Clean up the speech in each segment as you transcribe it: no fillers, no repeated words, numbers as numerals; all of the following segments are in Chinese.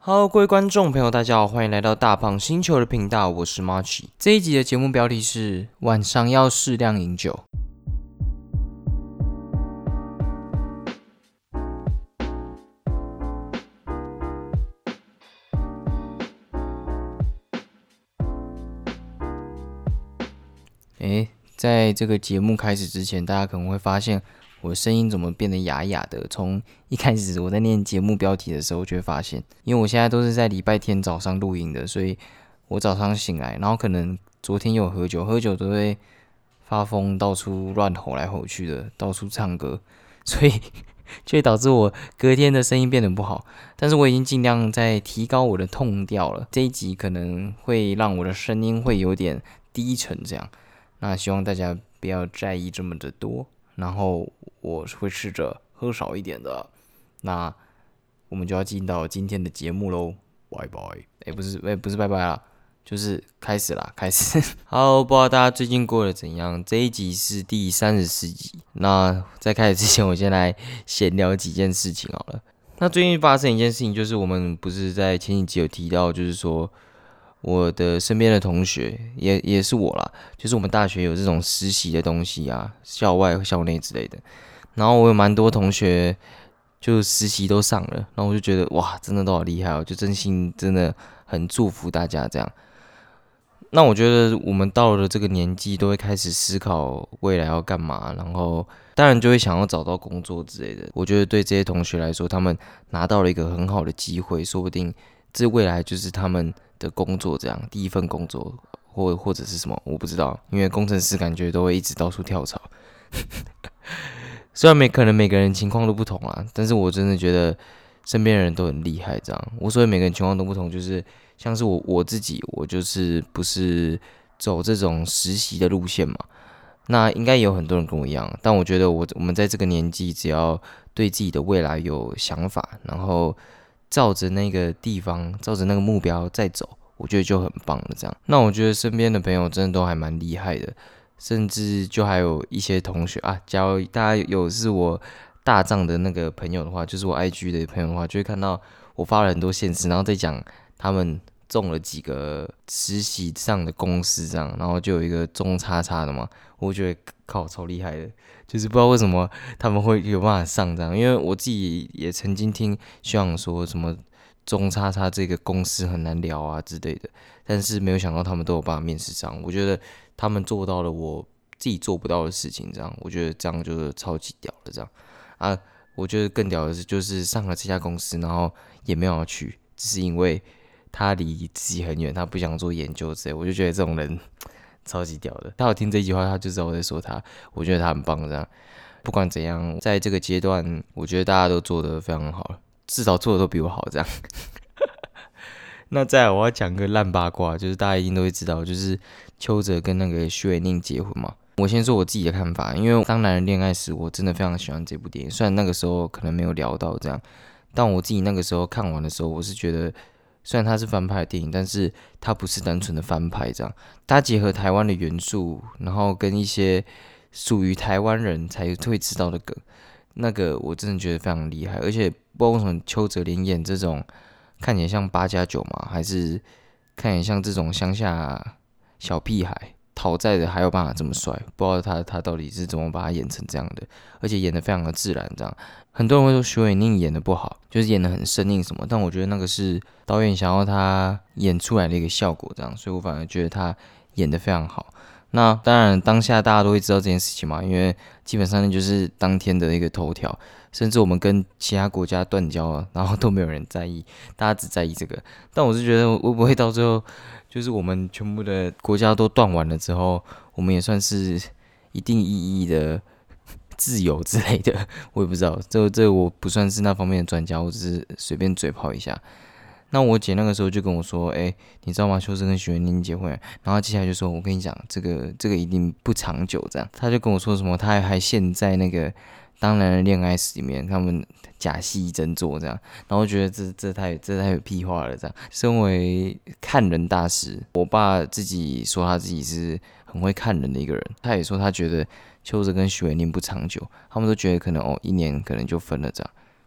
Hello，各位观众朋友，大家好，欢迎来到大胖星球的频道，我是 Marchi。这一集的节目标题是晚上要适量饮酒。在这个节目开始之前，大家可能会发现我的声音怎么变得哑哑的。从一开始我在念节目标题的时候就会发现，因为我现在都是在礼拜天早上录音的，所以我早上醒来，然后可能昨天有喝酒都会发疯，到处乱吼来吼去的，到处唱歌，所以就会导致我隔天的声音变得不好。但是我已经尽量在提高我的痛调了，这一集可能会让我的声音会有点低沉这样。那希望大家不要在意这么的多，然后我会试着喝少一点的。那我们就要进到今天的节目喽，拜拜。不是拜拜啦，就是开始啦，开始。好，不知道大家最近过得怎样？这一集是第34集。那在开始之前，我先来闲聊几件事情好了。那最近发生一件事情，就是我们不是在前几集有提到，就是说我的身边的同学也是我啦，就是我们大学有这种实习的东西啊，校外、校内之类的。然后我有蛮多同学就实习都上了，然后我就觉得哇，真的都好厉害哦，就真心真的很祝福大家这样。那我觉得我们到了这个年纪，都会开始思考未来要干嘛，然后当然就会想要找到工作之类的。我觉得对这些同学来说，他们拿到了一个很好的机会，说不定这未来就是他们的工作，这样第一份工作，或者是什么，我不知道，因为工程师感觉都会一直到处跳槽。虽然可能每个人情况都不同啦，但是我真的觉得身边的人都很厉害。这样，我所以每个人情况都不同，就是像是我自己，我就是不是走这种实习的路线嘛。那应该也有很多人跟我一样，但我觉得我们在这个年纪，只要对自己的未来有想法，然后照着那个地方，照着那个目标再走，我觉得就很棒了。这样，那我觉得身边的朋友真的都还蛮厉害的，甚至就还有一些同学啊，假如大家有是我大账的那个朋友的话，就是我 IG 的朋友的话，就会看到我发了很多限时，然后再讲他们中了几个实习上的公司这样，然后就有一个中叉叉的嘛，我觉得靠超厉害的，就是不知道为什么他们会有办法上这样，因为我自己也曾经听学长说什么中叉叉这个公司很难聊啊之类的，但是没有想到他们都有办法面试上，我觉得他们做到了我自己做不到的事情，这样我觉得这样就是超级屌的这样啊。我觉得更屌的是，就是上了这家公司，然后也没有要去，只是因为他离自己很远，他不想做研究之类，我就觉得这种人超级屌的。他有听这句话，他就知道我在说他，我觉得他很棒。这样，不管怎样，在这个阶段，我觉得大家都做得非常好，至少做的都比我好。这样，那再来我要讲个烂八卦，就是大家一定都会知道，就是邱泽跟那个徐伟宁结婚嘛。我先说我自己的看法，因为当男人恋爱时，我真的非常喜欢这部电影。虽然那个时候可能没有聊到这样，但我自己那个时候看完的时候，我是觉得，虽然它是翻拍的电影，但是它不是单纯的翻拍这样，它结合台湾的元素，然后跟一些属于台湾人才会知道的梗，那个我真的觉得非常厉害。而且不知道为什么邱泽连演这种看起来像8+9嘛，还是看起来像这种乡下小屁孩讨债的，还有办法这么帅，不知道他到底是怎么把他演成这样的，而且演得非常的自然。这样，很多人会说徐伟宁演得不好，就是演得很生硬什么，但我觉得那个是导演想要他演出来的一个效果，这样，所以我反而觉得他演得非常好。那当然，当下大家都会知道这件事情嘛，因为基本上那就是当天的一个头条，甚至我们跟其他国家断交了，然后都没有人在意，大家只在意这个。但我是觉得会不会到最后，就是我们全部的国家都断完了之后，我们也算是一定意义的自由之类的，我也不知道，这我不算是那方面的专家，我只是随便嘴炮一下。那我姐那个时候就跟我说，你知道吗？邱泽跟许文宁结婚，然后接下来就说，我跟你讲，这个一定不长久，这样。他就跟我说什么，他还陷在那个当男人恋爱史里面，他们假戏真做这样。然后我觉得这太有屁话了，这样。身为看人大师，我爸自己说他自己是很会看人的一个人，他也说他觉得邱泽跟许文宁不长久，他们都觉得可能1年可能就分了这样。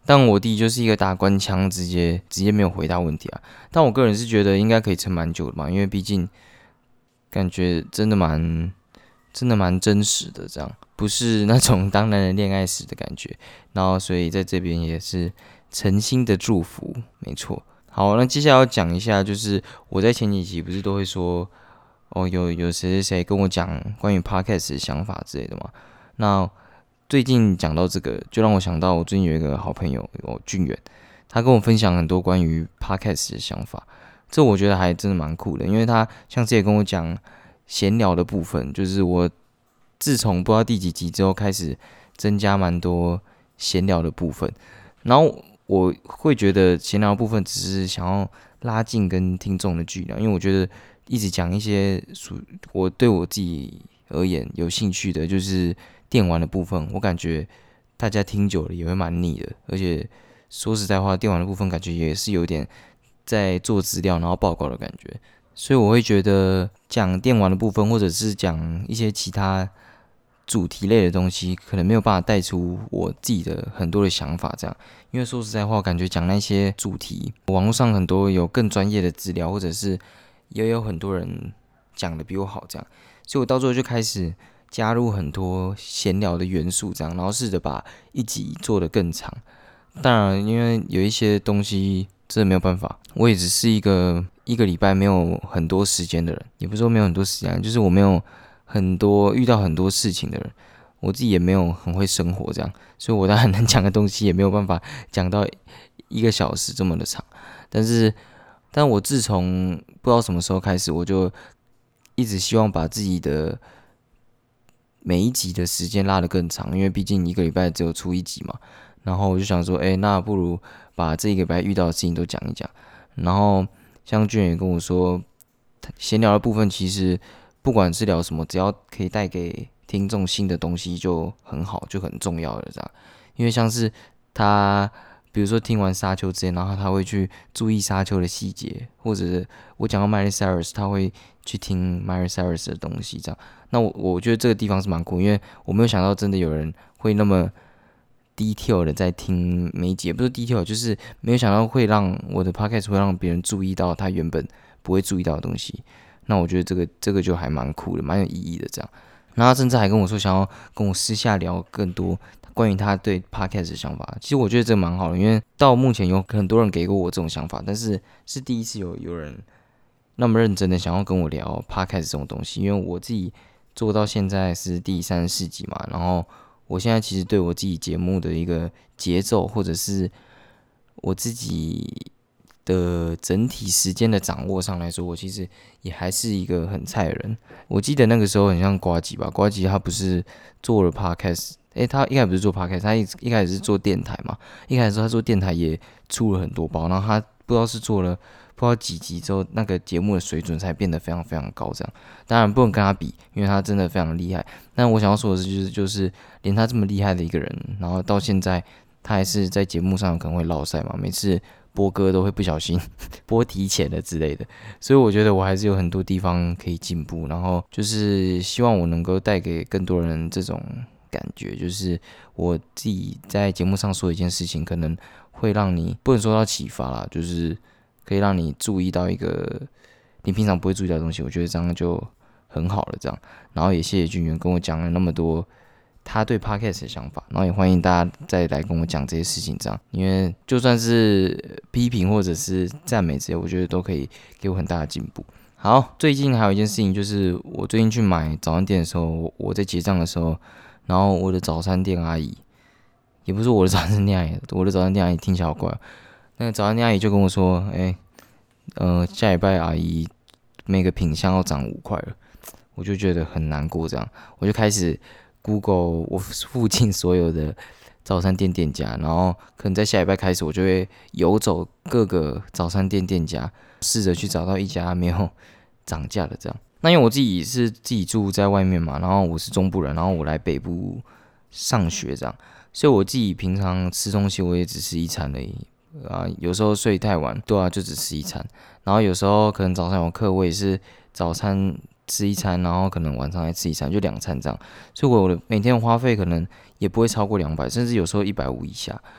但我弟就是一个打官腔，直接没有回答问题啊。但我个人是觉得应该可以撑蛮久的嘛，因为毕竟感觉真的蛮真实的，这样不是那种当男人恋爱时的感觉。然后所以在这边也是诚心的祝福，没错。好，那接下来要讲一下，就是我在前几集不是都会说，哦，有谁谁谁跟我讲关于 podcast 的想法之类的嘛？那最近讲到这个，就让我想到我最近有一个好朋友，俊远，他跟我分享很多关于 podcast 的想法，这我觉得还真的蛮酷的，因为他像之前跟我讲闲聊的部分，就是我自从不知道第几集之后开始增加蛮多闲聊的部分，然后我会觉得闲聊的部分只是想要拉近跟听众的距离，因为我觉得一直讲一些我对我自己而言有兴趣的，就是电玩的部分，我感觉大家听久了也会蛮腻的，而且说实在话，电玩的部分感觉也是有点在做资料然后报告的感觉，所以我会觉得讲电玩的部分，或者是讲一些其他主题类的东西，可能没有办法带出我自己的很多的想法，这样。因为说实在话，感觉讲那些主题，网络上很多有更专业的资料，或者是也有很多人讲的比我好，这样。所以我到最后就开始加入很多闲聊的元素，这样，然后试着把一集做得更长。当然，因为有一些东西真的没有办法，我也只是一个礼拜没有很多时间的人，也不是说没有很多时间，就是我没有遇到很多事情的人，我自己也没有很会生活这样，所以我当然能讲的东西也没有办法讲到1个小时这么的长。但我自从不知道什么时候开始，我就一直希望把自己的每一集的时间拉得更长，因为毕竟一个礼拜只有出一集嘛。然后我就想说，那不如把这一个礼拜遇到的事情都讲一讲。然后像俊也跟我说，闲聊的部分其实不管是聊什么，只要可以带给听众新的东西就很好，就很重要了这样。因为像是他，比如说听完沙丘之后，然后他会去注意沙丘的细节，或者是我讲到 Miley Cyrus， 他会去听 Miley Cyrus 的东西这样。那我觉得这个地方是蛮酷，因为我没有想到真的有人会那么detail 的在听每一集，也不是 detail， 就是没有想到会让我的 podcast 会让别人注意到他原本不会注意到的东西。那我觉得这个就还蛮酷的，蛮有意义的这样。然后他甚至还跟我说想要跟我私下聊更多关于他对 podcast 的想法。其实我觉得这蛮好的，因为到目前有很多人给过我这种想法，但是是第一次有人那么认真的想要跟我聊 podcast 这种东西。因为我自己做到现在是第34集嘛，然后我现在其实对我自己节目的一个节奏，或者是我自己的整体时间的掌握上来说，我其实也还是一个很菜的人。我记得那个时候很像呱吉吧，呱吉他不是做了 podcast，他一开始不是做 podcast， 他一开始是做电台嘛，一开始他做电台也出了很多包，然后他不知道是做了不知道几集之后，那个节目的水准才变得非常非常高这样。当然不能跟他比，因为他真的非常厉害。但我想要说的是，就是连他这么厉害的一个人，然后到现在他还是在节目上可能会落赛嘛，每次播歌都会不小心播提前了之类的，所以我觉得我还是有很多地方可以进步，然后就是希望我能够带给更多人这种感觉，就是我自己在节目上说一件事情，可能会让你不能说到启发啦，就是可以让你注意到一个你平常不会注意到的东西，我觉得这样就很好了，这样。然后也谢谢俊元跟我讲了那么多他对 podcast 的想法，然后也欢迎大家再来跟我讲这些事情，这样，因为就算是批评或者是赞美这些，我觉得都可以给我很大的进步。好，最近还有一件事情，就是我最近去买早餐店的时候，我在结账的时候，然后我的早餐店阿姨，也不是我的早餐店阿姨，我的早餐店阿姨听起来好怪哦。那个早餐店阿姨就跟我说，下礼拜阿姨每个品项要涨5块了，我就觉得很难过，这样，我就开始Google 我附近所有的早餐店店家，然后可能在下礼拜开始，我就会游走各个早餐店店家，试着去找到一家没有涨价的这样。那因为我自己住在外面嘛，然后我是中部人，然后我来北部上学这样，所以我自己平常吃东西我也只吃一餐而已啊，有时候睡太晚，对啊，就只吃一餐，然后有时候可能早上有课，我也是早餐吃一餐，然后可能晚上再吃一餐，就2餐这样，所以我的每天的花费可能也不会超过200，甚至有时候150以下。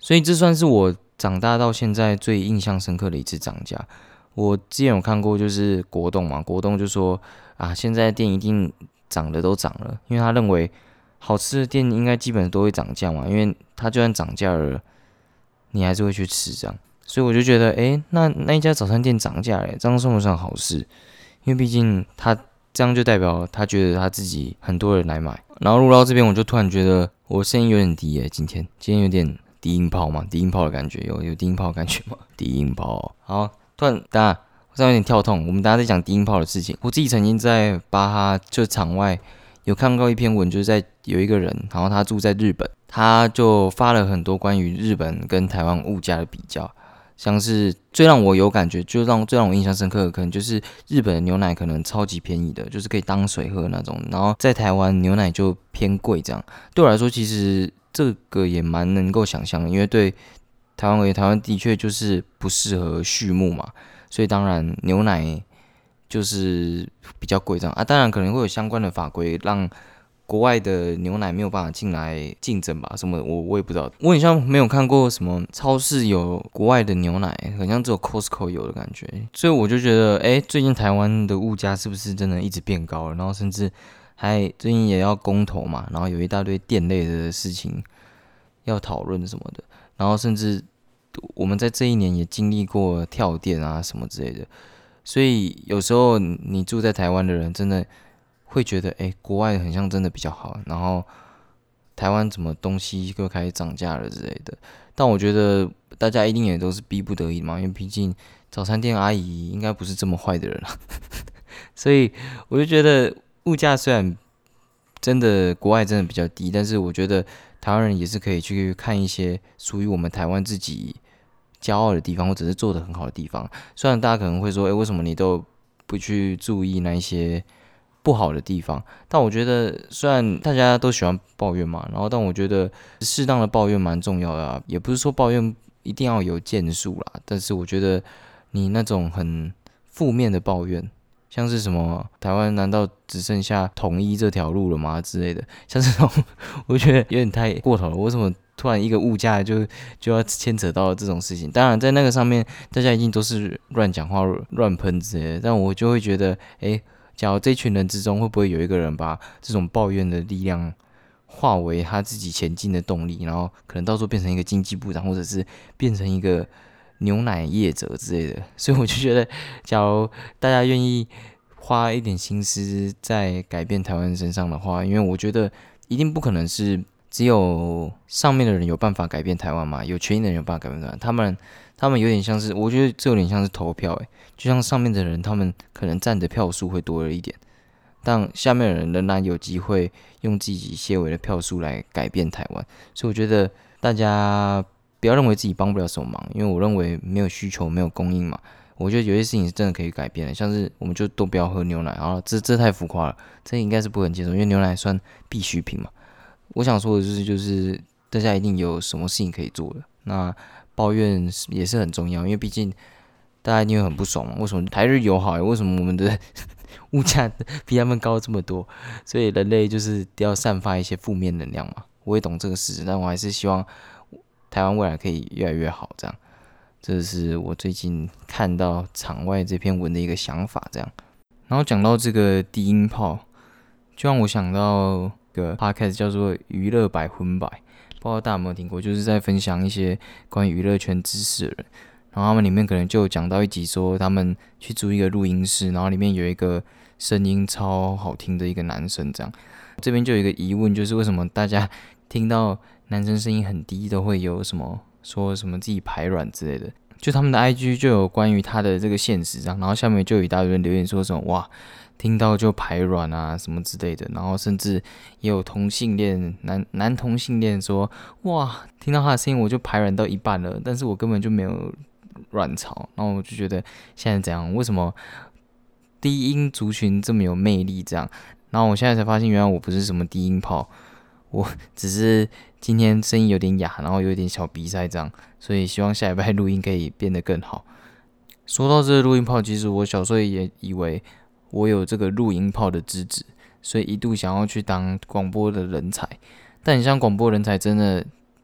所以这算是我长大到现在最印象深刻的一次涨价。我之前有看过，就是国栋嘛，国栋就说啊，现在店一定涨的都涨了，因为他认为好吃的店应该基本都会涨价嘛，因为他就算涨价了，你还是会去吃这样。所以我就觉得，那一家早餐店涨价了，这样算不算好事？因为毕竟他这样就代表他觉得他自己很多人来买。然后录到这边，我就突然觉得我声音有点低耶，今天有点低音炮嘛，低音炮的感觉，有低音炮的感觉吗？低音炮，好，突然大家这样有点跳痛，我们大家在讲低音炮的事情。我自己曾经在巴哈就场外有看到一篇文，就是在有一个人，然后他住在日本，他就发了很多关于日本跟台湾物价的比较。像是最让我有感觉，最让我印象深刻的，可能就是日本的牛奶可能超级便宜的，就是可以当水喝那种。然后在台湾牛奶就偏贵，这样对我来说，其实这个也蛮能够想象的，因为对台湾而言，台湾的确就是不适合畜牧嘛，所以当然牛奶就是比较贵这样啊。当然可能会有相关的法规让国外的牛奶没有办法进来竞争吧，什么我也不知道。我好像没有看过什么超市有国外的牛奶，好像只有 Costco 有的感觉。所以我就觉得，最近台湾的物价是不是真的一直变高了？然后甚至最近也要公投嘛，然后有一大堆电类的事情要讨论什么的，然后甚至我们在这一年也经历过跳电啊什么之类的。所以有时候你住在台湾的人真的会觉得，国外很像真的比较好，然后台湾怎么东西又开始涨价了之类的。但我觉得大家一定也都是逼不得已嘛，因为毕竟早餐店阿姨应该不是这么坏的人啦。所以我就觉得物价虽然真的国外真的比较低，但是我觉得台湾人也是可以去看一些属于我们台湾自己骄傲的地方，或者是做得很好的地方。虽然大家可能会说，为什么你都不去注意那一些不好的地方？但我觉得，虽然大家都喜欢抱怨嘛，但我觉得适当的抱怨蛮重要的啊。也不是说抱怨一定要有建树啦，但是我觉得你那种很负面的抱怨，像是什么台湾难道只剩下统一这条路了吗之类的，像这种我觉得有点太过头了。为什么突然一个物价就要牵扯到这种事情？当然在那个上面大家一定都是乱讲话乱喷之类的，但我就会觉得假如这群人之中会不会有一个人把这种抱怨的力量化为他自己前进的动力，然后可能到时候变成一个经济部长，或者是变成一个牛奶业者之类的。所以我就觉得，假如大家愿意花一点心思在改变台湾身上的话，因为我觉得一定不可能是只有上面的人有办法改变台湾嘛，有权益的人有办法改变台湾。他们有点像是，我觉得这有点像是投票，就像上面的人，他们可能占的票数会多了一点，但下面的人仍然有机会用自己些微的票数来改变台湾。所以我觉得大家不要认为自己帮不了什么忙，因为我认为没有需求，没有供应嘛。我觉得有些事情是真的可以改变的，像是我们就都不要喝牛奶啊，这太浮夸了，这应该是不能接受，因为牛奶算必需品嘛。我想说的就是大家一定有什么事情可以做的，那抱怨也是很重要，因为毕竟大家一定会很不爽嘛。为什么台日友好，为什么我们的物价比他们高这么多？所以人类就是要散发一些负面能量嘛。我也懂这个事实，但我还是希望台湾未来可以越来越好，这样。这是我最近看到场外这篇文的一个想法，这样。然后讲到这个低音炮，就让我想到一个 podcast 叫做娱乐百分百，不知道大家有没有听过，就是在分享一些关于娱乐圈知识的人。然后他们里面可能就有讲到一集说，他们去租一个录音室，然后里面有一个声音超好听的一个男生，这样。这边就有一个疑问，就是为什么大家听到男生声音很低都会有什么说什么自己排卵之类的？就他们的 IG 就有关于他的这个现实这样，然后下面就有一大堆人留言说什么哇，听到就排卵啊什么之类的，然后甚至也有同性恋男同性恋说哇，听到他的声音我就排卵到一半了，但是我根本就没有卵巢。然后我就觉得现在怎样？为什么低音族群这么有魅力？这样，然后我现在才发现，原来我不是什么低音炮，我只是今天声音有点哑，然后有点小鼻塞这样，所以希望下礼拜录音可以变得更好。说到这个录音炮，其实我小时候也以为我有这个录音炮的资质，所以一度想要去当广播的人才。但你像广播人才真的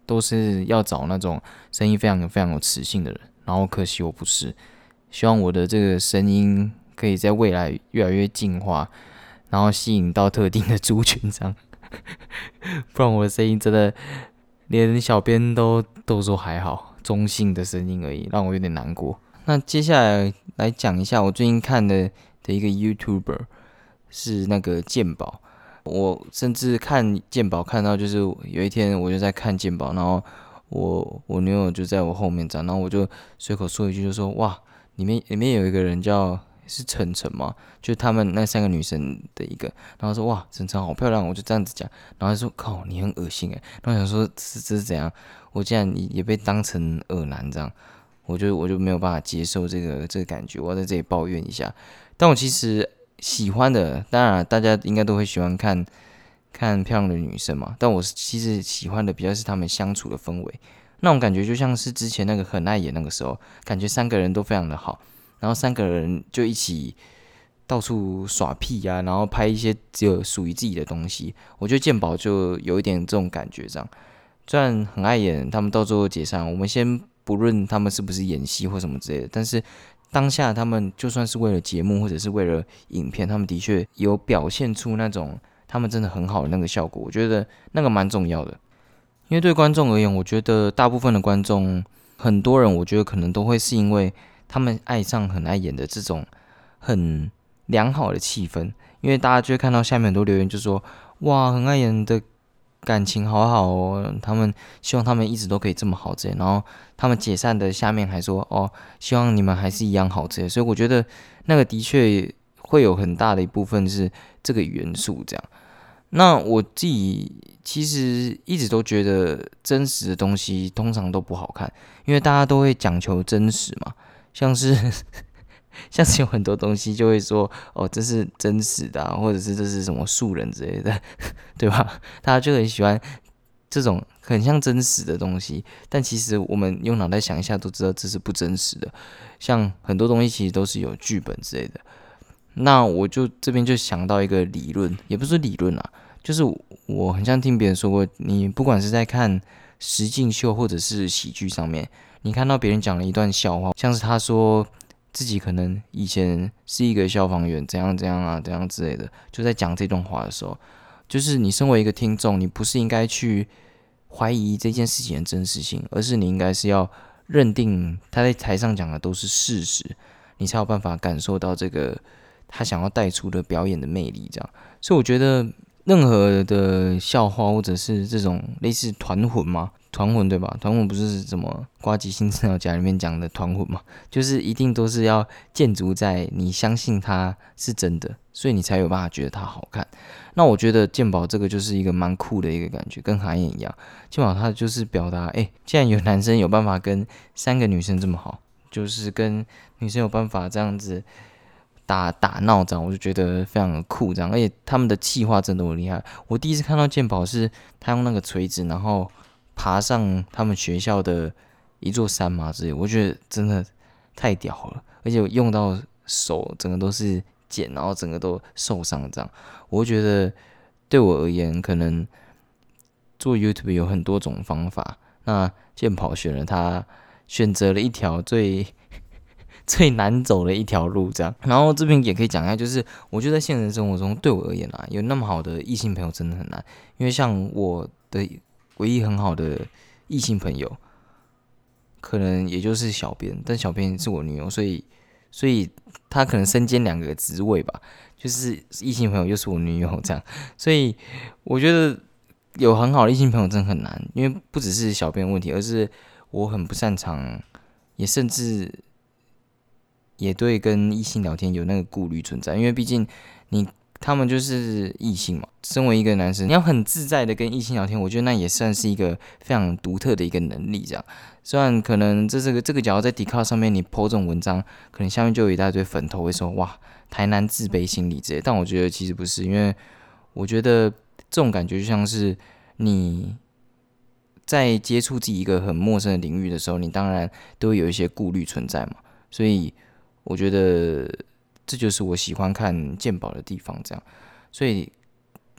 都是要找那种声音非常非常有磁性的人，然后可惜我不是。希望我的这个声音可以在未来越来越进化，然后吸引到特定的族群这样。不然我的声音真的连小编都说还好，中性的声音而已，让我有点难过。那接下来讲一下我最近看的一个 YouTuber 是那个健宝。我甚至看健宝看到就是有一天我就在看健宝，然后我女友就在我后面站，然后我就随口说一句，就说哇，里面有一个人是晨晨嘛，就是他们那3个女生的一个，然后说哇，晨晨好漂亮，我就这样子讲，然后他说靠，你很恶心然后我想说这是怎样，我竟然也被当成恶男这样，我就没有办法接受这个感觉，我要在这里抱怨一下。但我其实喜欢的，当然大家应该都会喜欢看漂亮的女生嘛，但我其实喜欢的比较是他们相处的氛围，那种感觉就像是之前那个很爱演那个时候，感觉3个人都非常的好，然后3个人就一起到处耍屁然后拍一些只有属于自己的东西。我觉得健宝就有一点这种感觉，这样虽然很爱演，他们到最后解散，我们先不论他们是不是演戏或什么之类的，但是当下他们就算是为了节目或者是为了影片，他们的确有表现出那种他们真的很好的那个效果，我觉得那个蛮重要的。因为对观众而言，我觉得大部分的观众，很多人我觉得可能都会是因为他们爱上很爱演的这种很良好的气氛，因为大家就会看到下面很多留言就说哇，很爱演的感情好好哦，他们希望他们一直都可以这么好之类，然后他们解散的下面还说哦，希望你们还是一样好之类，所以我觉得那个的确会有很大的一部分是这个元素这样。那我自己其实一直都觉得真实的东西通常都不好看，因为大家都会讲求真实嘛，像是有很多东西就会说哦，这是真实的或者是这是什么素人之类的，对吧？大家就很喜欢这种很像真实的东西，但其实我们用脑袋想一下都知道这是不真实的。像很多东西其实都是有剧本之类的。那我就这边就想到一个理论，也不是理论就是我很像听别人说过，你不管是在看实境秀或者是喜剧上面，你看到别人讲了一段笑话，像是他说自己可能以前是一个消防员，怎样怎样怎样之类的，就在讲这段话的时候，就是你身为一个听众，你不是应该去怀疑这件事情的真实性，而是你应该是要认定他在台上讲的都是事实，你才有办法感受到这个他想要带出的表演的魅力，这样。所以我觉得任何的笑话或者是这种类似团魂嘛，团魂对吧？团魂不是什么呱吉新生活家里面讲的团魂嘛，就是一定都是要建筑在你相信它是真的，所以你才有办法觉得它好看。那我觉得健宝这个就是一个蛮酷的一个感觉，跟韩演一样，健宝他就是表达，既然有男生有办法跟3个女生这么好，就是跟女生有办法这样子打闹这样，我就觉得非常的酷这样，而且他们的企划真的很厉害。我第一次看到健宝是他用那个锤子，然后爬上他们学校的一座山嘛之类，我觉得真的太屌了，而且用到手整个都是茧，然后整个都受伤这样，我觉得对我而言，可能做 YouTube 有很多种方法，那健宝选择了一条最难走的一条路，这样。然后这边也可以讲一下，就是我觉得在现实生活中，对我而言有那么好的异性朋友真的很难，因为像我的唯一很好的异性朋友，可能也就是小编，但小编是我女友，所以她可能身兼2个职位吧，就是异性朋友又是我女友这样，所以我觉得有很好的异性朋友真的很难，因为不只是小编的问题，而是我很不擅长，也甚至也对跟异性聊天有那个顾虑存在，因为毕竟他们就是异性嘛。身为一个男生，你要很自在的跟异性聊天，我觉得那也算是一个非常独特的一个能力。这样，虽然可能这个假如在 Dcard 上面你 po 这种文章，可能下面就有一大堆粉头会说哇台南自卑心理之类，但我觉得其实不是，因为我觉得这种感觉就像是你在接触自己一个很陌生的领域的时候，你当然都会有一些顾虑存在嘛，所以我觉得这就是我喜欢看健宝的地方，这样。所以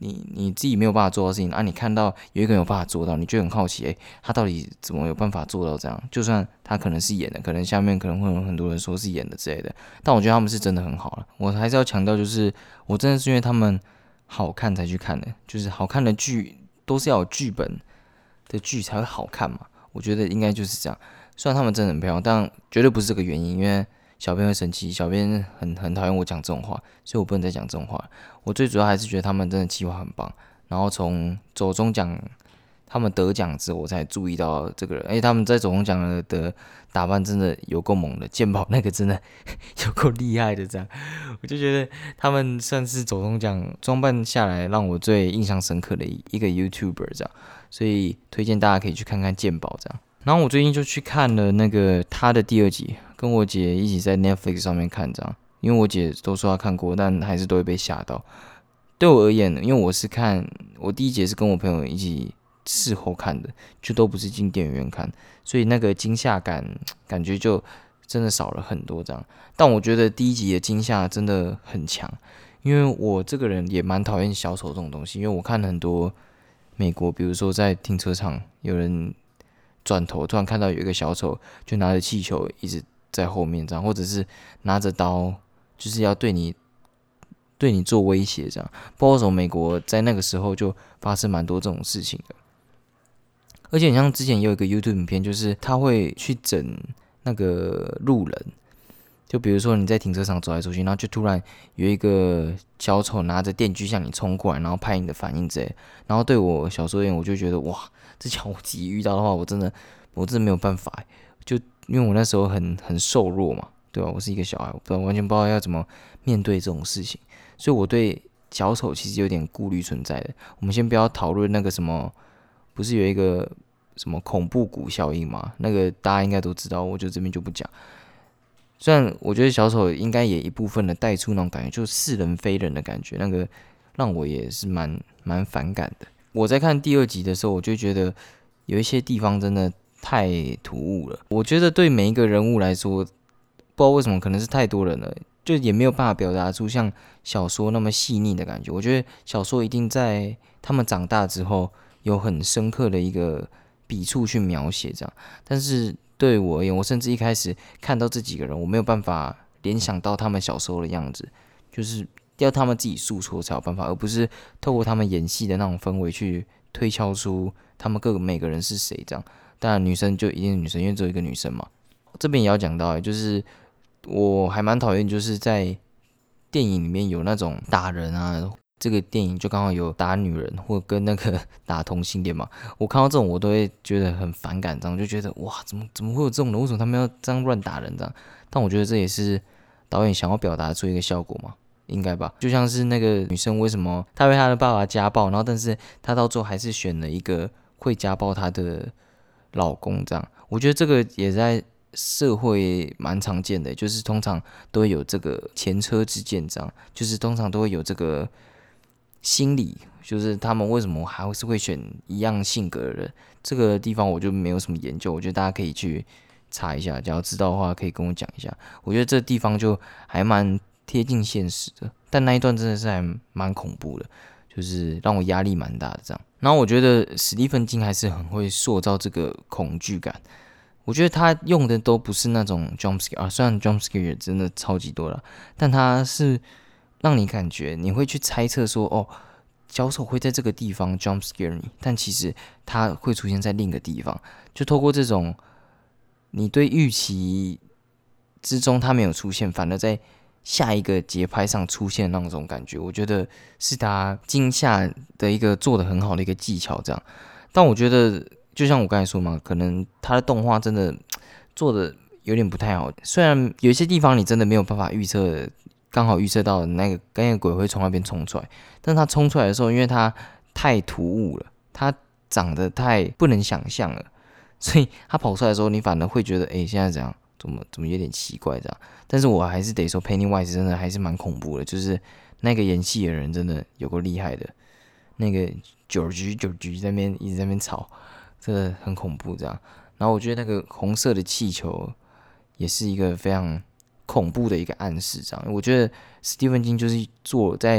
你自己没有办法做到的事情啊，你看到有一个人有办法做到，你就很好奇，他到底怎么有办法做到这样？就算他可能是演的，可能下面可能会有很多人说是演的之类的，但我觉得他们是真的很好了。我还是要强调，就是我真的是因为他们好看才去看的，就是好看的剧都是要有剧本的剧才会好看嘛。我觉得应该就是这样。虽然他们真的很漂亮，但绝对不是这个原因，因为小编会生气，小编很讨厌我讲这种话，所以我不能再讲这种话。我最主要还是觉得他们真的企划很棒，然后从走中奖他们得奖之后，我才注意到这个人，而且他们在走中奖的打扮真的有够猛的，健宝那个真的有够厉害的，这样我就觉得他们算是走中奖装扮下来让我最印象深刻的一个 YouTuber 这样，所以推荐大家可以去看看健宝这样。然后我最近就去看了那个他的第2集，跟我姐一起在 Netflix 上面看这样，因为我姐都说她看过，但还是都会被吓到。对我而言，因为我第1集是跟我朋友一起事后看的，就都不是进电影院看，所以那个惊吓感觉就真的少了很多这样。但我觉得第1集的惊吓真的很强，因为我这个人也蛮讨厌小丑这种东西，因为我看很多美国，比如说在停车场有人转头突然看到有一个小丑就拿着气球一直在后面这样，或者是拿着刀就是要对你做威胁这样。不知道为什么美国在那个时候就发生蛮多这种事情的。而且你像之前也有一个 YouTube 影片，就是他会去整那个路人，就比如说你在停车场走来走去，然后就突然有一个小丑拿着电锯向你冲过来，然后拍你的反应之类的。然后对我小时候而言，我就觉得哇，这巧我自己遇到的话，我真的没有办法，就因为我那时候很瘦弱嘛，对吧？我是一个小孩，我完全不知道要怎么面对这种事情，所以我对小丑其实有点顾虑存在的。我们先不要讨论那个什么，不是有一个什么恐怖谷效应吗？那个大家应该都知道，我就这边就不讲。虽然我觉得小丑应该也一部分的带出那种感觉，就是似人非人的感觉，那个让我也是蛮反感的。我在看第2集的时候，我就觉得有一些地方真的太突兀了。我觉得对每一个人物来说，不知道为什么，可能是太多人了，就也没有办法表达出像小说那么细腻的感觉。我觉得小说一定在他们长大之后有很深刻的一个笔触去描写这样，但是对我而言，我甚至一开始看到这几个人，我没有办法联想到他们小时候的样子，就是要他们自己诉说才有办法，而不是透过他们演戏的那种氛围去推敲出他们每个人是谁这样。当然女生就一定是女生，因为只有一个女生嘛。这边也要讲到，就是我还蛮讨厌，就是在电影里面有那种打人啊。这个电影就刚好有打女人或跟那个打同性恋嘛，我看到这种我都会觉得很反感，这样就觉得哇，怎么会有这种人？为什么他们要这样乱打人这样？但我觉得这也是导演想要表达出一个效果嘛，应该吧？就像是那个女生为什么她被她的爸爸家暴，然后但是她到最后还是选了一个会家暴她的老公这样，我觉得这个也在社会蛮常见的，就是通常都会有这个前车之鉴这样，就是通常都会有这个心理，就是他们为什么还是会选一样性格的人，这个地方我就没有什么研究，我觉得大家可以去查一下，假如知道的话可以跟我讲一下。我觉得这地方就还蛮贴近现实的，但那一段真的是还蛮恐怖的，就是让我压力蛮大的这样。然后我觉得史蒂芬金还是很会塑造这个恐惧感，我觉得他用的都不是那种 jump scare 啊，虽然 jump scare 真的超级多了，但他是让你感觉你会去猜测说，哦，小丑会在这个地方 jump scare 你，但其实他会出现在另一个地方，就透过这种你对预期之中他没有出现，反而在下一个节拍上出现那种感觉，我觉得是他惊吓的一个做得很好的一个技巧这样。但我觉得就像我刚才说嘛，可能他的动画真的做的有点不太好，虽然有一些地方你真的没有办法预测，刚好预测到那个鬼会从那边冲出来，但他冲出来的时候，因为他太突兀了，他长得太不能想象了，所以他跑出来的时候，你反而会觉得，现在怎样，怎么有点奇怪这样。但是我还是得说 ，Pennywise 真的还是蛮恐怖的，就是那个演戏的人真的有够厉害的，那个九局在那边一直在那边吵，真的很恐怖这样。然后我觉得那个红色的气球也是一个非常恐怖的一个暗示，这样。我觉得史蒂芬金就是在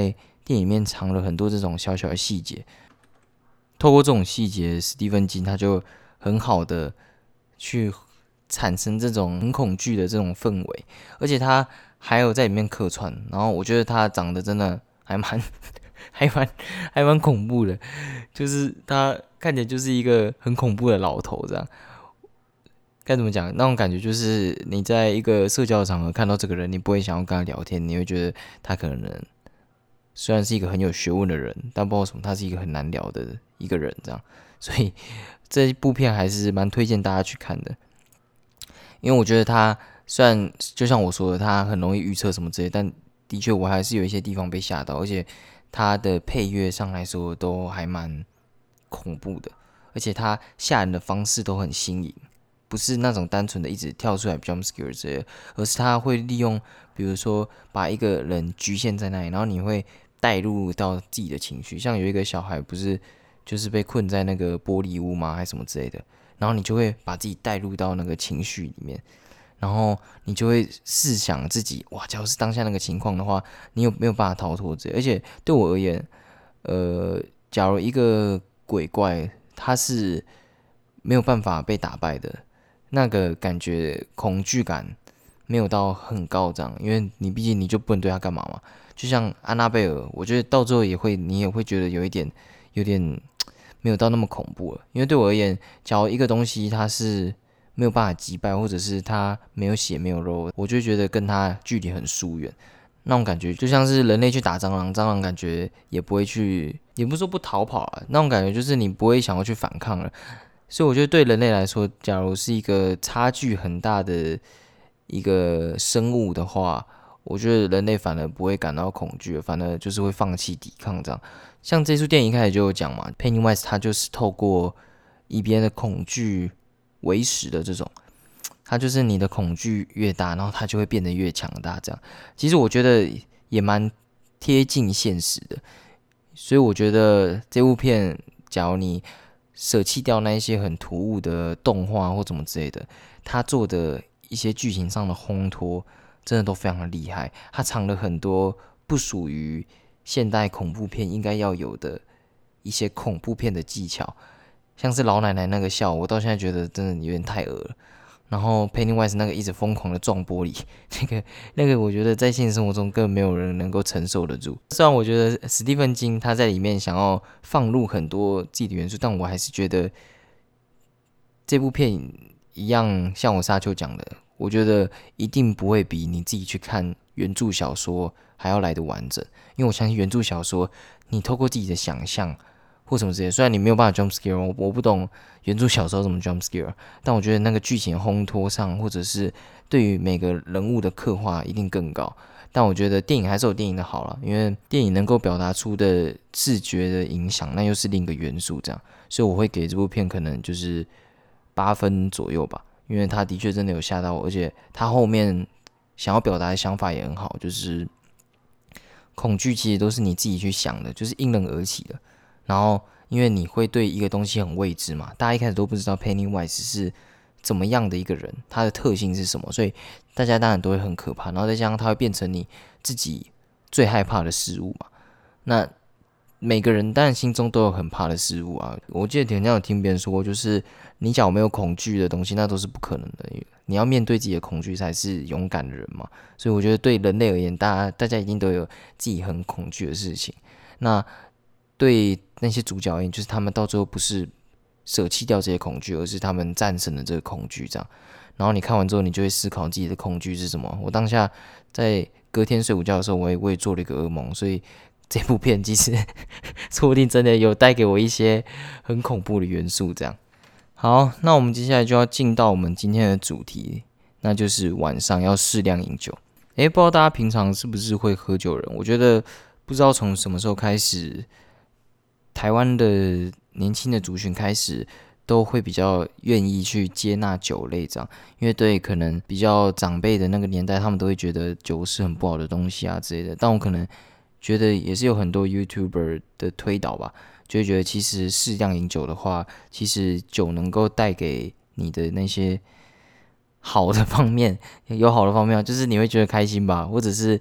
电影里面藏了很多这种小小的细节。透过这种细节，史蒂芬金他就很好的去产生这种很恐惧的这种氛围，而且他还有在里面客串，然后我觉得他长得真的还蛮还蛮恐怖的，就是他看起来就是一个很恐怖的老头这样。该怎么讲？那种感觉就是你在一个社交场合看到这个人，你不会想要跟他聊天，你会觉得他可能虽然是一个很有学问的人，但不知道为什么他是一个很难聊的一个人，这样，所以这一部片还是蛮推荐大家去看的。因为我觉得他虽然就像我说的，他很容易预测什么之类，但的确我还是有一些地方被吓到，而且他的配乐上来说都还蛮恐怖的，而且他吓人的方式都很新颖。不是那种单纯的一直跳出来 jump scare 之类的，而是他会利用，比如说把一个人局限在那里，然后你会带入到自己的情绪。像有一个小孩不是就是被困在那个玻璃屋吗，还是什么之类的，然后你就会把自己带入到那个情绪里面，然后你就会试想自己，哇，假如是当下那个情况的话，你有没有办法逃脱之类的。而且对我而言，假如一个鬼怪他是没有办法被打败的。那个感觉恐惧感没有到很高涨，因为你毕竟你就不能对他干嘛嘛。就像安娜贝尔，我觉得到最后你也会觉得有点没有到那么恐怖了。因为对我而言，假如一个东西它是没有办法击败，或者是它没有血没有肉，我就会觉得跟它距离很疏远。那种感觉就像是人类去打蟑螂，蟑螂感觉也不会去，也不是说不逃跑啊，那种感觉就是你不会想要去反抗了。所以我觉得对人类来说，假如是一个差距很大的一个生物的话，我觉得人类反而不会感到恐惧，反而就是会放弃抵抗这样。像这出电影一开始就有讲嘛，Pennywise 他就是透过以别人的恐惧为食的这种，他就是你的恐惧越大，然后他就会变得越强大这样。其实我觉得也蛮贴近现实的，所以我觉得这部片，假如你舍弃掉那一些很突兀的动画或怎么之类的，他做的一些剧情上的烘托，真的都非常的厉害。他藏了很多不属于现代恐怖片应该要有的一些恐怖片的技巧，像是老奶奶那个笑，我到现在觉得真的有点太恶了。然后 Pennywise 那个一直疯狂的撞玻璃，那个我觉得在现实生活中根本没有人能够承受得住。虽然我觉得史蒂芬金他在里面想要放入很多自己的元素，但我还是觉得这部片一样，像我沙丘讲的，我觉得一定不会比你自己去看原著小说还要来得完整，因为我相信原著小说，你透过自己的想象或什么之类的，虽然你没有办法 jump scare，我不懂原著小说怎么 jump scare，但我觉得那个剧情烘托上，或者是对于每个人物的刻画一定更高。但我觉得电影还是有电影的好啦，因为电影能够表达出的视觉的影响，那又是另一个元素，这样，所以我会给这部片可能就是8分左右吧，因为它的确真的有吓到我，而且它后面想要表达的想法也很好，就是恐惧其实都是你自己去想的，就是因人而起的。然后因为你会对一个东西很未知嘛，大家一开始都不知道 Pennywise 是怎么样的一个人，他的特性是什么，所以大家当然都会很可怕。然后再加上他会变成你自己最害怕的事物嘛，那每个人当然心中都有很怕的事物啊。我记得好像有听别人说过，就是你假如没有恐惧的东西，那都是不可能的。你要面对自己的恐惧才是勇敢的人嘛。所以我觉得对人类而言，大家一定都有自己很恐惧的事情。那对那些主角而言，就是他们到最后不是舍弃掉这些恐惧，而是他们战胜了这个恐惧，这样。然后你看完之后，你就会思考自己的恐惧是什么。我当下在隔天睡午觉的时候，我也做了一个噩梦，所以这部片其实说不定真的有带给我一些很恐怖的元素，这样。好，那我们接下来就要进到我们今天的主题，那就是晚上要适量饮酒。不知道大家平常是不是会喝酒人？我觉得不知道从什么时候开始，台湾的年轻的族群开始都会比较愿意去接纳酒类这样，因为对可能比较长辈的那个年代，他们都会觉得酒是很不好的东西啊之类的。但我可能觉得也是有很多 YouTuber 的推导吧，就会觉得其实适量饮酒的话，其实酒能够带给你的那些好的方面，有好的方面就是你会觉得开心吧，或者是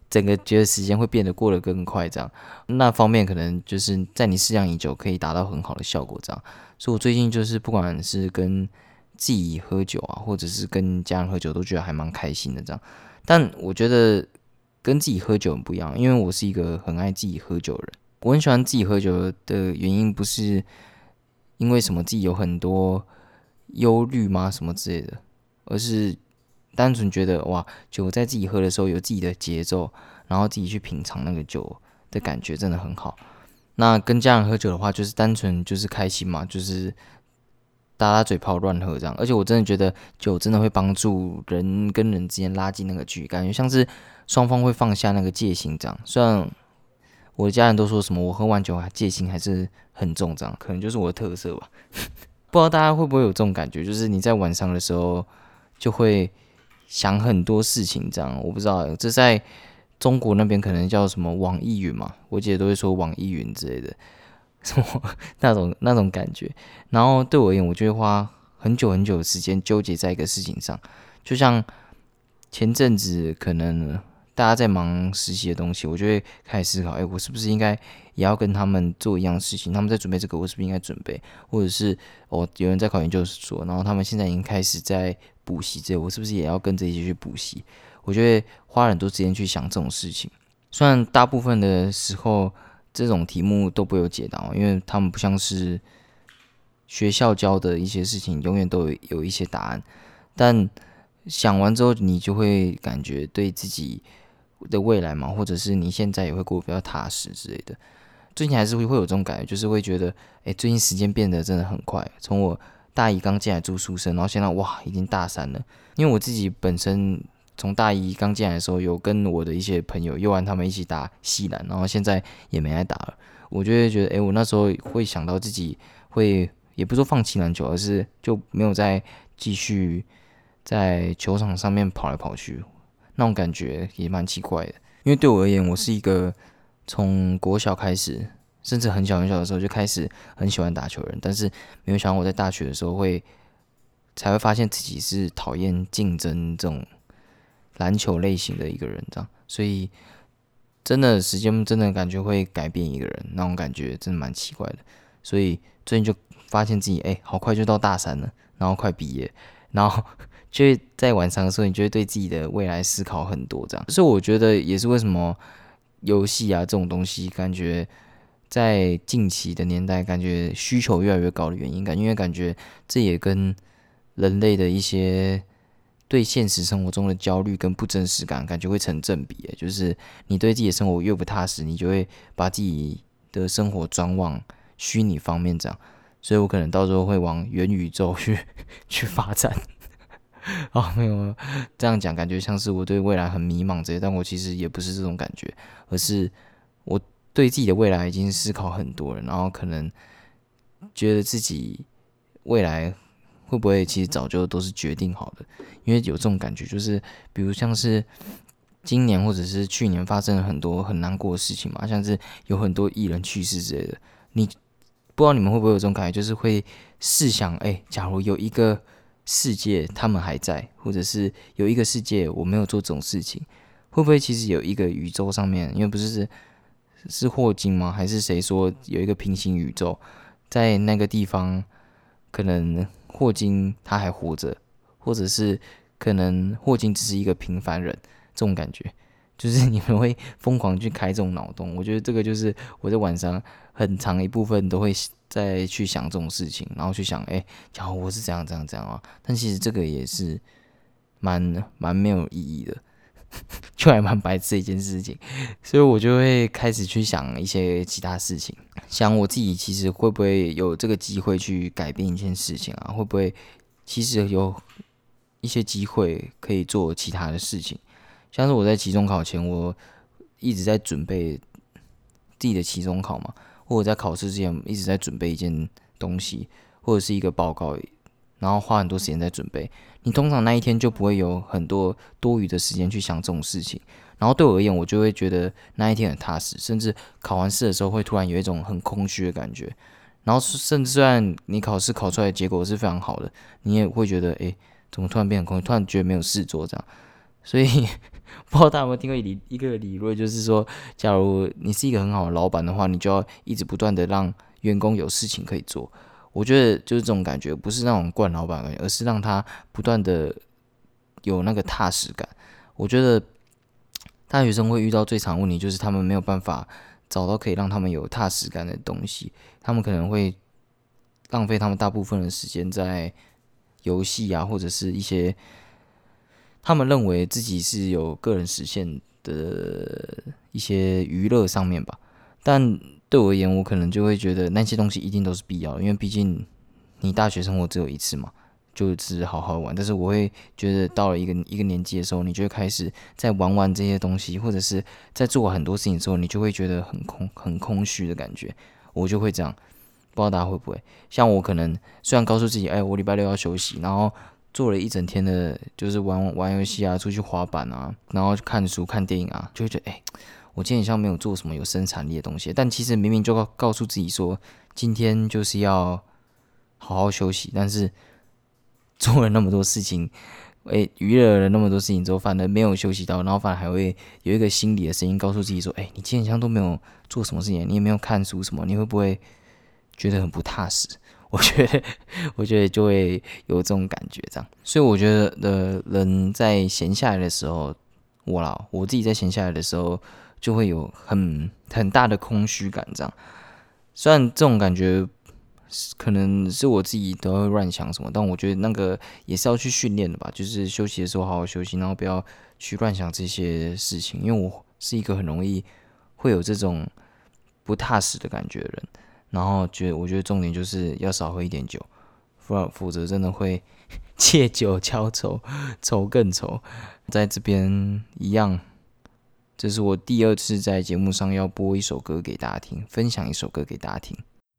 整个觉得时间会变得过得更快，这样那方面可能就是在你适量饮酒可以达到很好的效果，这样。所以我最近就是不管是跟自己喝酒啊，或者是跟家人喝酒，都觉得还蛮开心的这样。但我觉得跟自己喝酒很不一样，因为我是一个很爱自己喝酒的人。我很喜欢自己喝酒的原因不是因为什么自己有很多忧虑吗什么之类的，而是单纯觉得哇，酒在自己喝的时候有自己的节奏，然后自己去品尝那个酒的感觉真的很好。那跟家人喝酒的话，就是单纯就是开心嘛，就是打打嘴炮乱喝这样。而且我真的觉得酒真的会帮助人跟人之间拉近那个距离，感觉像是双方会放下那个戒心这样。虽然我的家人都说什么我喝完酒戒心还是很重这样，可能就是我的特色吧。不知道大家会不会有这种感觉，就是你在晚上的时候就会想很多事情这样。我不知道，这在中国那边可能叫什么网易云嘛，我姐都会说网易云之类的，什么那种感觉。然后对我而言，我就会花很久很久的时间纠结在一个事情上，就像前阵子可能大家在忙实习的东西，我就会开始思考，我是不是应该也要跟他们做一样的事情？他们在准备这个，我是不是应该准备？或者是有人在考研究所，然后他们现在已经开始在补习这，我是不是也要跟着一起去补习？我就会花很多时间去想这种事情。虽然大部分的时候这种题目都不会有解答，因为他们不像是学校教的一些事情，永远都有一些答案。但想完之后，你就会感觉对自己的未来嘛，或者是你现在也会过得比较踏实之类的。最近还是会有这种感觉，就是会觉得，最近时间变得真的很快。从我大一刚进来住宿舍，然后现在哇，已经大三了。因为我自己本身从大一刚进来的时候，有跟我的一些朋友、幼玩他们一起打系篮，然后现在也没来打了。我就会觉得，我那时候会想到自己会，也不是说放弃篮球，而是就没有再继续在球场上面跑来跑去，那种感觉也蛮奇怪的。因为对我而言，我是一个从国小开始，甚至很小很小的时候就开始很喜欢打球的人，但是没有想到我在大学的时候才会发现自己是讨厌竞争这种篮球类型的一个人，这样，所以真的时间真的感觉会改变一个人，那种感觉真的蛮奇怪的。所以最近就发现自己好快就到大三了，然后快毕业，然后就会在晚上的时候，你就会对自己的未来思考很多，这样。所以我觉得也是为什么游戏啊这种东西，感觉在近期的年代，感觉需求越来越高的原因，因为感觉这也跟人类的一些对现实生活中的焦虑跟不真实感，感觉会成正比。就是你对自己的生活越不踏实，你就会把自己的生活转往虚拟方面，这样。所以我可能到时候会往元宇宙去发展。没有这样讲，感觉像是我对未来很迷茫这些，但我其实也不是这种感觉，而是我对自己的未来已经思考很多了，然后可能觉得自己未来会不会其实早就都是决定好的，因为有这种感觉，就是比如像是今年或者是去年发生了很多很难过的事情嘛，像是有很多艺人去世之类的，你不知道你们会不会有这种感觉，就是会试想，假如有一个世界他们还在，或者是有一个世界我没有做这种事情，会不会其实有一个宇宙上面，因为不是霍金吗？还是谁说有一个平行宇宙，在那个地方，可能霍金他还活着，或者是可能霍金只是一个平凡人，这种感觉，就是你们会疯狂去开这种脑洞。我觉得这个就是我在晚上很长一部分都会再去想这种事情，然后去想，假如我是这样啊，但其实这个也是蛮没有意义的。就还蛮白痴的一件事情，所以我就会开始去想一些其他事情，想我自己其实会不会有这个机会去改变一件事情啊？会不会其实有一些机会可以做其他的事情？像是我在期中考前，我一直在准备自己的期中考嘛，或者在考试之前一直在准备一件东西，或者是一个报告，然后花很多时间在准备。你通常那一天就不会有很多多余的时间去想这种事情，然后对我而言，我就会觉得那一天很踏实，甚至考完试的时候会突然有一种很空虚的感觉，然后甚至虽然你考试考出来的结果是非常好的，你也会觉得怎么突然变很空虚，突然觉得没有事做这样， 所以不知道大家有没有听过一个理论，就是说，假如你是一个很好的老板的话，你就要一直不断的让员工有事情可以做。我觉得就是这种感觉，不是那种惯老板的感觉，而是让他不断的有那个踏实感。我觉得大学生会遇到最常的问题，就是他们没有办法找到可以让他们有踏实感的东西，他们可能会浪费他们大部分的时间在游戏啊，或者是一些他们认为自己是有个人实现的一些娱乐上面吧。但对我而言，我可能就会觉得那些东西一定都是必要的，因为毕竟你大学生活只有一次嘛，就只是好好玩。但是我会觉得到了一个年纪的时候，你就会开始在玩这些东西，或者是在做很多事情之后，你就会觉得很空虚的感觉。我就会这样，不知道大家会不会？像我可能虽然告诉自己，我礼拜六要休息，然后做了一整天的，就是玩游戏啊，出去滑板啊，然后看书、看电影啊，就会觉得，我今天好像没有做什么有生产力的东西。但其实明明就告诉自己说，今天就是要好好休息，但是做了那么多事情，娱乐了那么多事情之后，反而没有休息到，然后反而还会有一个心理的声音告诉自己说，你今天好像都没有做什么事情，你也没有看书什么，你会不会觉得很不踏实？我觉得就会有这种感觉，这样。所以我觉得人在闲下来的时候，我自己在闲下来的时候，就会有很大的空虚感，这样。虽然这种感觉可能是我自己都会乱想什么，但我觉得那个也是要去训练的吧，就是休息的时候好好休息，然后不要去乱想这些事情，因为我是一个很容易会有这种不踏实的感觉的人。然后我觉得重点就是要少喝一点酒，否则真的会借酒浇愁，愁更愁。在这边一样，这是我第二次在节目上要播一首歌给大家听，分享一首歌给大家听。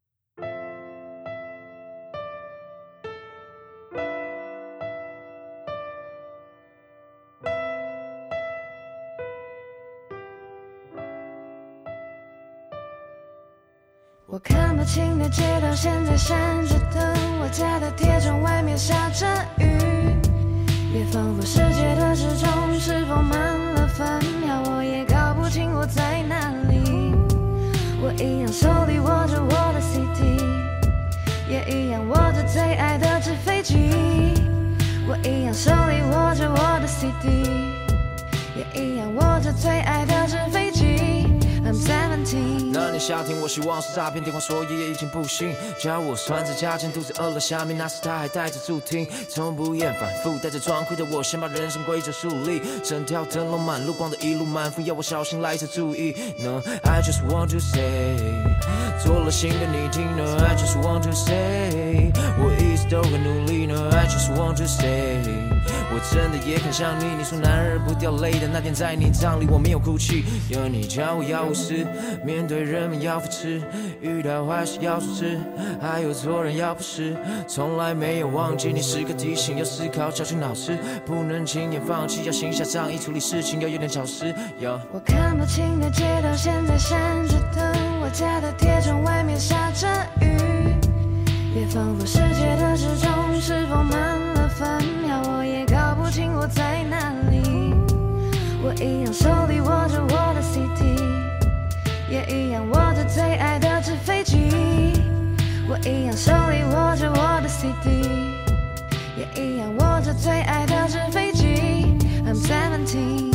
我看不清的街道现在闪着灯，我家的铁窗外面下着雨，也仿佛世界的时钟是否慢了分秒，我也搞不清我在哪里。我一样手里握着我的 CD， 也一样握着最爱的纸飞机。我一样手里握着我的 CD， 也一样握着最爱的纸飞机。I'm 17。 那年夏天，我希望是诈骗电话，说爷爷已经不行，叫我算着价钱，肚子饿了下面，那时他还带着助听，从不厌反复，带着装亏的我，先把人生规则树立，整条灯笼满路光的一路满腹，要我小心来着注意。No, I just want to say， 做了新的你听呢 I just want to say， 我一直都很努力呢 I just want to say， 我真的也很像你，你说男儿不掉泪的那天，在你葬礼我没有哭泣，有你教我要无私，面对人们要扶持，遇到坏事要阻止，还有做人要不是，从来没有忘记你是个提醒，要思考教训脑子，不能轻言放弃，要心下仗义，处理事情要有点巧思。 我看不清的街道现在闪着灯，我家的铁窗外面下着雨，也仿佛世界的时钟是否慢了分秒，我也搞不清我在哪里。我一样手里握着我的 CD， 也一样握着最爱的纸飞机。我一样手里握着我的 CD， 也一样握着最爱的纸飞机。I'm 17。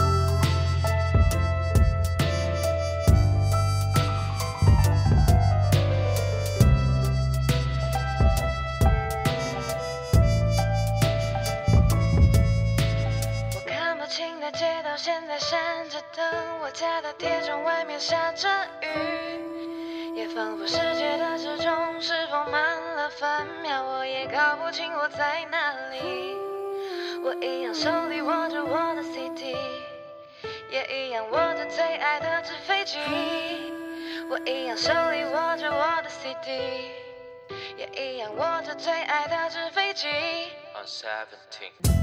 街道现在闪着灯，我家的铁窗外面下着雨，也仿佛世界的时钟是否慢了分秒，我也搞不清我在哪里。我一样手里握着我的 CD， 也一样握着最爱的纸飞机。我一样手里握着我的 CD， 也一样握着最爱的纸飞机。 I'm 17。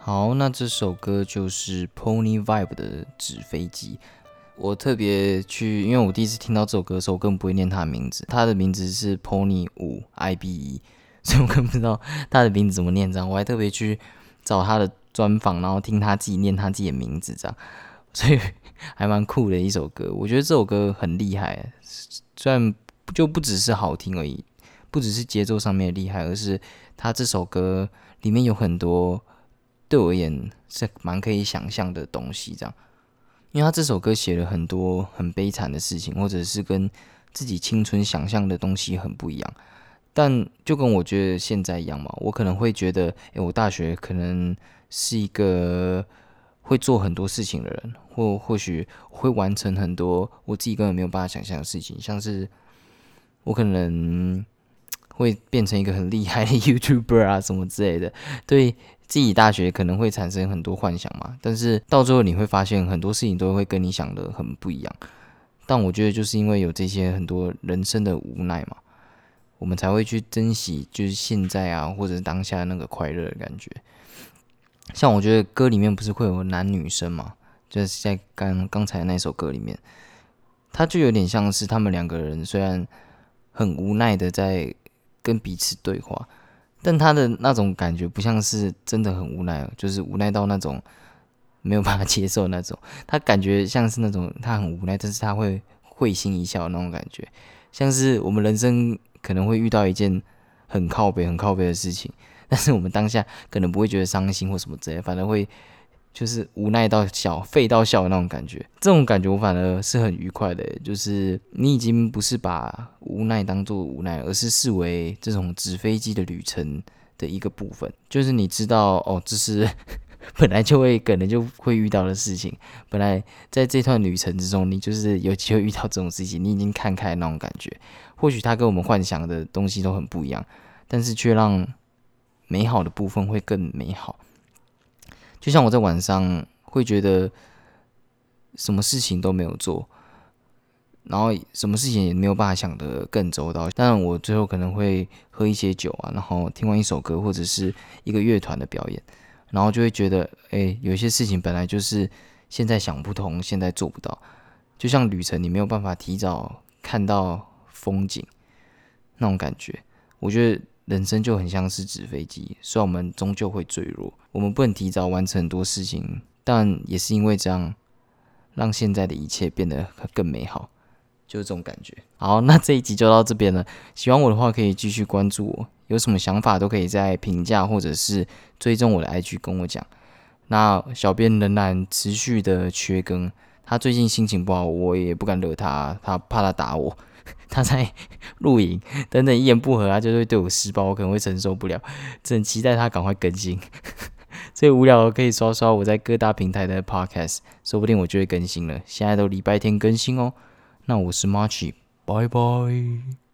好，那这首歌就是 Pony Vibe 的纸飞机。我特别去，因为我第一次听到这首歌的时候，我根本不会念它的名字，它的名字是 Pony 5 IBE， 所以我根本不知道它的名字怎么念这样。我还特别去找他的专访，然后听他自己念他自己的名字这样，所以还蛮酷的一首歌。我觉得这首歌很厉害，虽然就不只是好听而已，不只是节奏上面的厉害，而是他这首歌里面有很多对我而言是蛮可以想象的东西这样。因为他这首歌写了很多很悲惨的事情，或者是跟自己青春想象的东西很不一样，但就跟我觉得现在一样嘛，我可能会觉得，我大学可能是一个会做很多事情的人，或许会完成很多我自己根本没有办法想象的事情，像是我可能会变成一个很厉害的 YouTuber 啊什么之类的，对自己大学可能会产生很多幻想嘛，但是到最后你会发现很多事情都会跟你想的很不一样。但我觉得就是因为有这些很多人生的无奈嘛，我们才会去珍惜就是现在啊，或者是当下那个快乐的感觉。像我觉得歌里面不是会有男女生嘛，就是在刚才那首歌里面，它就有点像是他们两个人虽然很无奈的在跟彼此对话，但他的那种感觉不像是真的很无奈，就是无奈到那种没有办法接受那种，他感觉像是那种他很无奈，但是他会会心一笑的那种感觉，像是我们人生可能会遇到一件很靠北的事情，但是我们当下可能不会觉得伤心或什么之类的，反而会就是无奈到笑、废到笑的那种感觉。这种感觉我反而是很愉快的，就是你已经不是把无奈当作无奈，而是视为这种纸飞机的旅程的一个部分。就是你知道哦，这是本来就会可能就会遇到的事情，本来在这段旅程之中，你就是有机会遇到这种事情，你已经看开那种感觉。或许它跟我们幻想的东西都很不一样，但是却让美好的部分会更美好。就像我在晚上会觉得什么事情都没有做，然后什么事情也没有办法想得更周到，但我最后可能会喝一些酒啊，然后听完一首歌或者是一个乐团的表演，然后就会觉得有一些事情本来就是现在想不通，现在做不到。就像旅程你没有办法提早看到风景那种感觉，我觉得人生就很像是纸飞机，虽然我们终究会坠落，我们不能提早完成很多事情，但也是因为这样让现在的一切变得更美好，就是这种感觉。好，那这一集就到这边了，喜欢我的话可以继续关注我，有什么想法都可以在评价或者是追踪我的 IG 跟我讲。那小编仍然持续的缺更，他最近心情不好，我也不敢惹他，他怕他打我，他在录影等等一言不合他就会对我施暴，我可能会承受不了，只能期待他赶快更新。所以无聊可以刷刷我在各大平台的 podcast， 说不定我就会更新了，现在都礼拜天更新哦。那我是 Marchie， 拜拜。